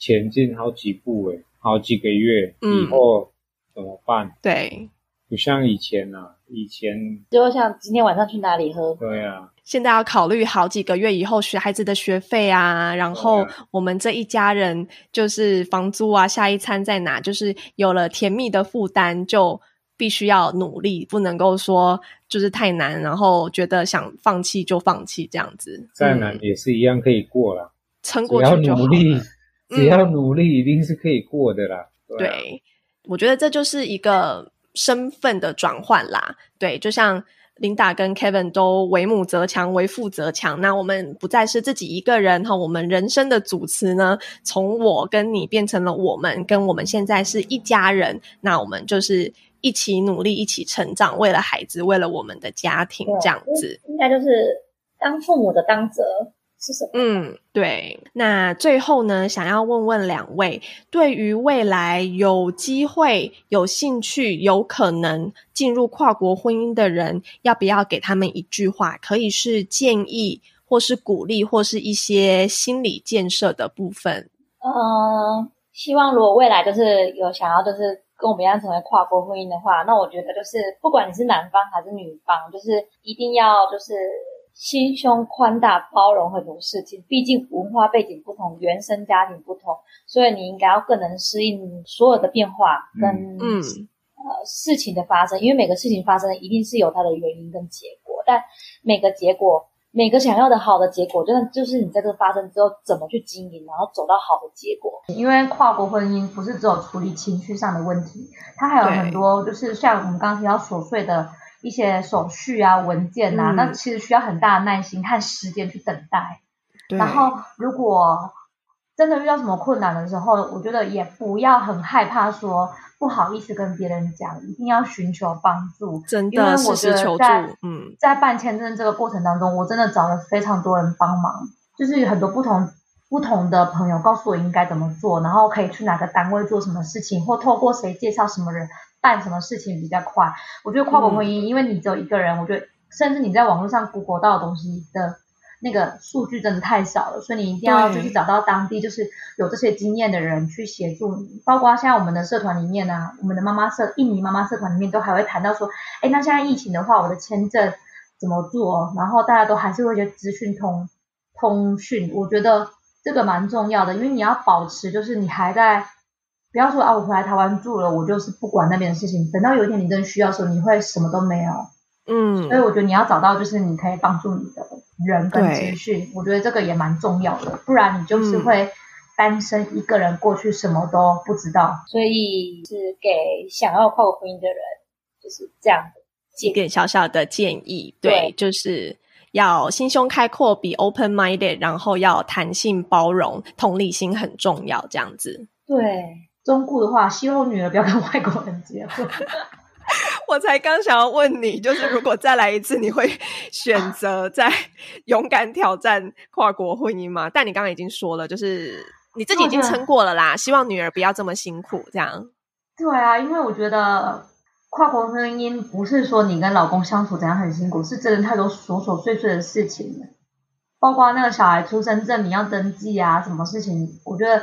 [SPEAKER 2] 前进好几步好几个月以后怎么办？
[SPEAKER 1] 对，
[SPEAKER 2] 不像以前啊，以前
[SPEAKER 3] 就像今天晚上去哪里喝。
[SPEAKER 2] 对啊，
[SPEAKER 1] 现在要考虑好几个月以后孩子的学费啊，然后我们这一家人就是房租啊，下一餐在哪，就是有了甜蜜的负担，就必须要努力，不能够说就是太难，然后觉得想放弃就放弃这样子。
[SPEAKER 2] 再难也是一样可以过啦，
[SPEAKER 1] 撑过去就好了。
[SPEAKER 2] 只要努力一定是可以过的啦。
[SPEAKER 1] 对，我觉得这就是一个身份的转换啦。对，就像Linda 跟 Kevin 都为母则强，为父则强，那我们不再是自己一个人，我们人生的组词呢，从我跟你变成了我们，跟我们现在是一家人，那我们就是一起努力，一起成长，为了孩子，为了我们的家庭，这样子。
[SPEAKER 3] 应该就是当父母的当责是什么？
[SPEAKER 1] 对。那最后呢，想要问问两位，对于未来有机会、有兴趣、有可能进入跨国婚姻的人，要不要给他们一句话？可以是建议，或是鼓励，或是一些心理建设的部分。
[SPEAKER 3] 希望如果未来就是有想要就是跟我们一样成为跨国婚姻的话，那我觉得就是不管你是男方还是女方，就是一定要就是心胸宽大，包容很多事情，毕竟文化背景不同，原生家庭不同，所以你应该要更能适应所有的变化跟事情的发生，因为每个事情发生一定是有它的原因跟结果，但每个想要的好的结果，就是你在这个发生之后怎么去经营，然后走到好的结果。
[SPEAKER 4] 因为跨国婚姻不是只有处理情绪上的问题，它还有很多就是像我们刚刚提到琐碎的一些手续啊、文件啊，那其实需要很大的耐心和时间去等待。然后如果真的遇到什么困难的时候，我觉得也不要很害怕说不好意思跟别人讲，一定要寻求帮助。
[SPEAKER 1] 真的实事求助。
[SPEAKER 4] 在办签证这个过程当中，我真的找了非常多人帮忙，就是有很多不同的朋友告诉我应该怎么做，然后可以去哪个单位做什么事情，或透过谁介绍什么人办什么事情比较快。我觉得跨国婚姻，因为你只有一个人，我觉得甚至你在网络上 Google 到的东西的那个数据真的太少了，所以你一定要就是找到当地就是有这些经验的人去协助你。包括现在我们的社团里面啊，我们的印尼妈妈社团里面都还会谈到说，那现在疫情的话，我的签证怎么做？然后大家都还是会觉得资讯通讯，我觉得这个蛮重要的，因为你要保持就是你还在，不要说我回来台湾住了，我就是不管那边的事情，等到有一天你真的需要的时候，你会什么都没有。所以我觉得你要找到就是你可以帮助你的人跟资讯，我觉得这个也蛮重要的，不然你就是会单身一个人过去什么都不知道。
[SPEAKER 3] 所以是给想要跨国婚姻的人就是这样的
[SPEAKER 1] 一点小小的建议。对，就是要心胸开阔，be open-minded， 然后要弹性包容，同理心很重要，这样子。
[SPEAKER 3] 对，
[SPEAKER 4] 中顾的话，希望女儿不要跟外国人结婚。
[SPEAKER 1] 我才刚想要问你，就是如果再来一次，你会选择再勇敢挑战跨国婚姻吗？但你刚刚已经说了，就是你自己已经撑过了啦，希望女儿不要这么辛苦，这样。
[SPEAKER 4] 对啊，因为我觉得跨国婚姻不是说你跟老公相处怎样很辛苦，是真的太多琐琐碎碎的事情了，包括那个小孩出生证明要登记啊，什么事情，我觉得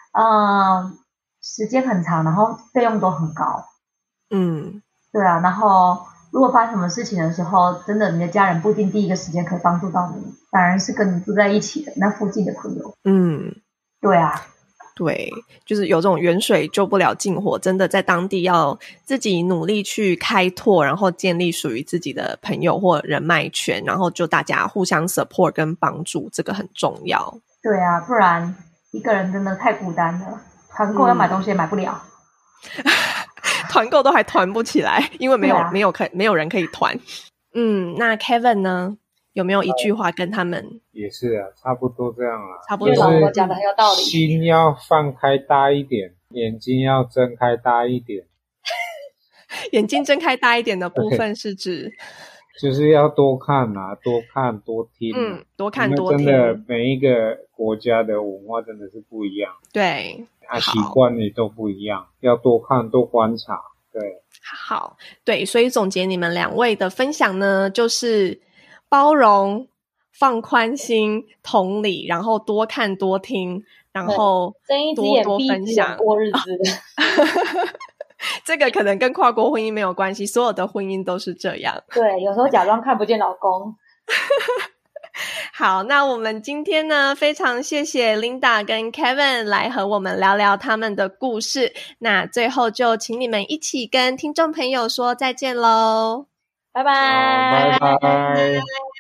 [SPEAKER 4] 时间很长，然后费用都很高。对啊，然后如果发生什么事情的时候，真的你的家人不一定第一个时间可以帮助到你，反而是跟你住在一起的那附近的朋友。对啊，
[SPEAKER 1] 对，就是有这种远水救不了近火，真的在当地要自己努力去开拓，然后建立属于自己的朋友或人脉圈，然后就大家互相 support 跟帮助，这个很重要。
[SPEAKER 4] 对啊，不然一个人真的太孤单了，团购要买东西也买不了。
[SPEAKER 1] 团购都还团不起来，因为没有人可以团。那 Kevin 呢？有没有一句话跟他们？
[SPEAKER 2] 也是啊，差不多这样啊。
[SPEAKER 1] 差不多，
[SPEAKER 3] 我讲的很有道理。
[SPEAKER 2] 心要放开大一点，眼睛要睁开大一点。
[SPEAKER 1] 眼睛睁开大一点的部分是指，
[SPEAKER 2] 就是要多看啊，多看多听。
[SPEAKER 1] 多看多听。
[SPEAKER 2] 真的每一个国家的文化真的是不一样。
[SPEAKER 1] 对。
[SPEAKER 2] 习惯也都不一样，要多看多观察。对，
[SPEAKER 1] 好，对，所以总结你们两位的分享呢，就是包容、 放宽心、同理，然后多看多听，然后多多分享，
[SPEAKER 3] 过日子的。
[SPEAKER 1] 这个可能跟跨国婚姻没有关系，所有的婚姻都是这样。
[SPEAKER 3] 对，有时候假装看不见老公。
[SPEAKER 1] 好，那我们今天呢，非常谢谢 Linda 跟 Kevin 来和我们聊聊他们的故事。那最后就请你们一起跟听众朋友说再见咯。
[SPEAKER 3] 拜拜。
[SPEAKER 2] 拜拜。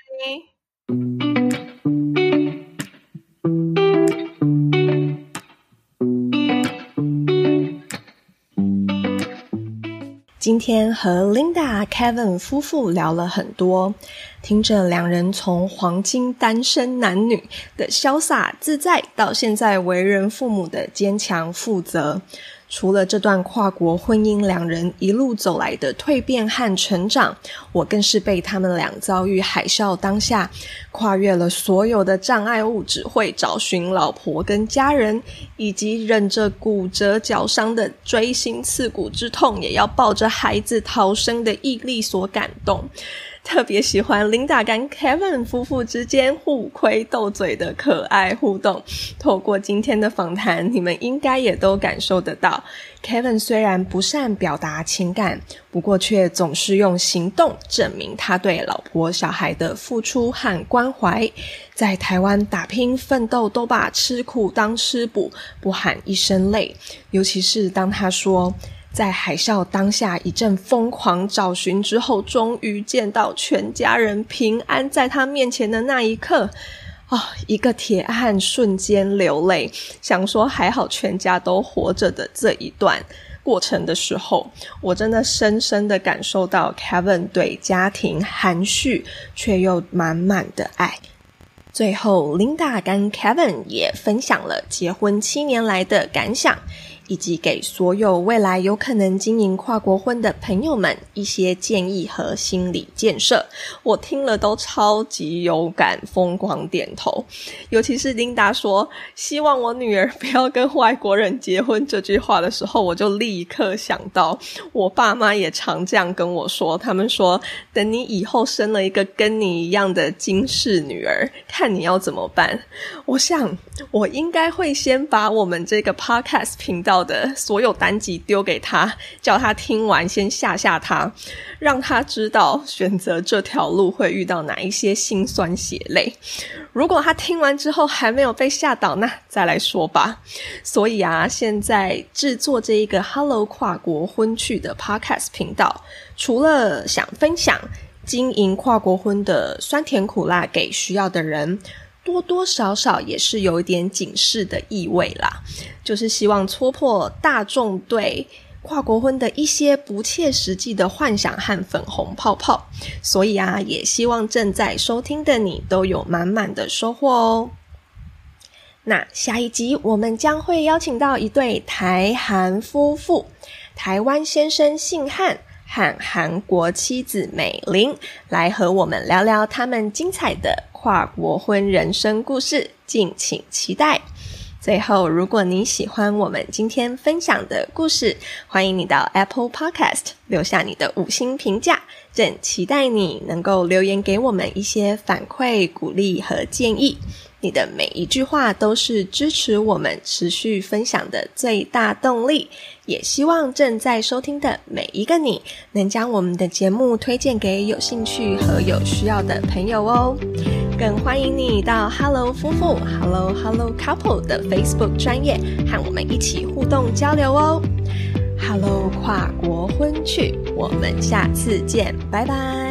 [SPEAKER 1] 今天和 Linda、Kevin 夫妇聊了很多，听着两人从黄金单身男女的潇洒自在，到现在为人父母的坚强负责。除了这段跨国婚姻两人一路走来的蜕变和成长，我更是被他们俩遭遇海啸当下，跨越了所有的障碍物，只会找寻老婆跟家人，以及忍着骨折脚伤的锥心刺骨之痛，也要抱着孩子逃生的毅力所感动。特别喜欢 Linda 跟 Kevin 夫妇之间互亏斗嘴的可爱互动。透过今天的访谈，你们应该也都感受得到， Kevin 虽然不善表达情感，不过却总是用行动证明他对老婆小孩的付出和关怀。在台湾打拼奋斗，都把吃苦当吃补，不喊一声累。尤其是当他说在海啸当下一阵疯狂找寻之后，终于见到全家人平安在他面前的那一刻，一个铁汉瞬间流泪，想说还好全家都活着的这一段过程的时候，我真的深深的感受到 Kevin 对家庭含蓄却又满满的爱。最后 Linda 跟 Kevin 也分享了结婚7年来的感想，以及给所有未来有可能经营跨国婚的朋友们一些建议和心理建设。我听了都超级有感，疯狂点头。尤其是 Linda 说希望我女儿不要跟外国人结婚这句话的时候，我就立刻想到我爸妈也常这样跟我说，他们说等你以后生了一个跟你一样的金氏女儿，看你要怎么办。我想我应该会先把我们这个 podcast 频道的所有单集丢给他，叫他听完先吓吓他，让他知道选择这条路会遇到哪一些辛酸血泪。如果他听完之后还没有被吓倒，那再来说吧。所以现在制作这一个 Hello 跨国婚趣的 podcast 频道，除了想分享经营跨国婚的酸甜苦辣给需要的人，多多少少也是有一点警示的意味啦，就是希望戳破大众对跨国婚的一些不切实际的幻想和粉红泡泡。所以也希望正在收听的你都有满满的收获哦。那下一集我们将会邀请到一对台韩夫妇，台湾先生姓汉和韩国妻子美玲，来和我们聊聊他们精彩的跨国婚人生故事，敬请期待。最后，如果你喜欢我们今天分享的故事，欢迎你到 Apple Podcast 留下你的5星评价，正期待你能够留言给我们一些反馈、鼓励和建议。你的每一句话都是支持我们持续分享的最大动力，也希望正在收听的每一个你能将我们的节目推荐给有兴趣和有需要的朋友哦。更欢迎你到 Hello 夫妇 Hello Couple 的 Facebook 专页和我们一起互动交流哦。Hello 跨国婚趣，我们下次见，拜拜。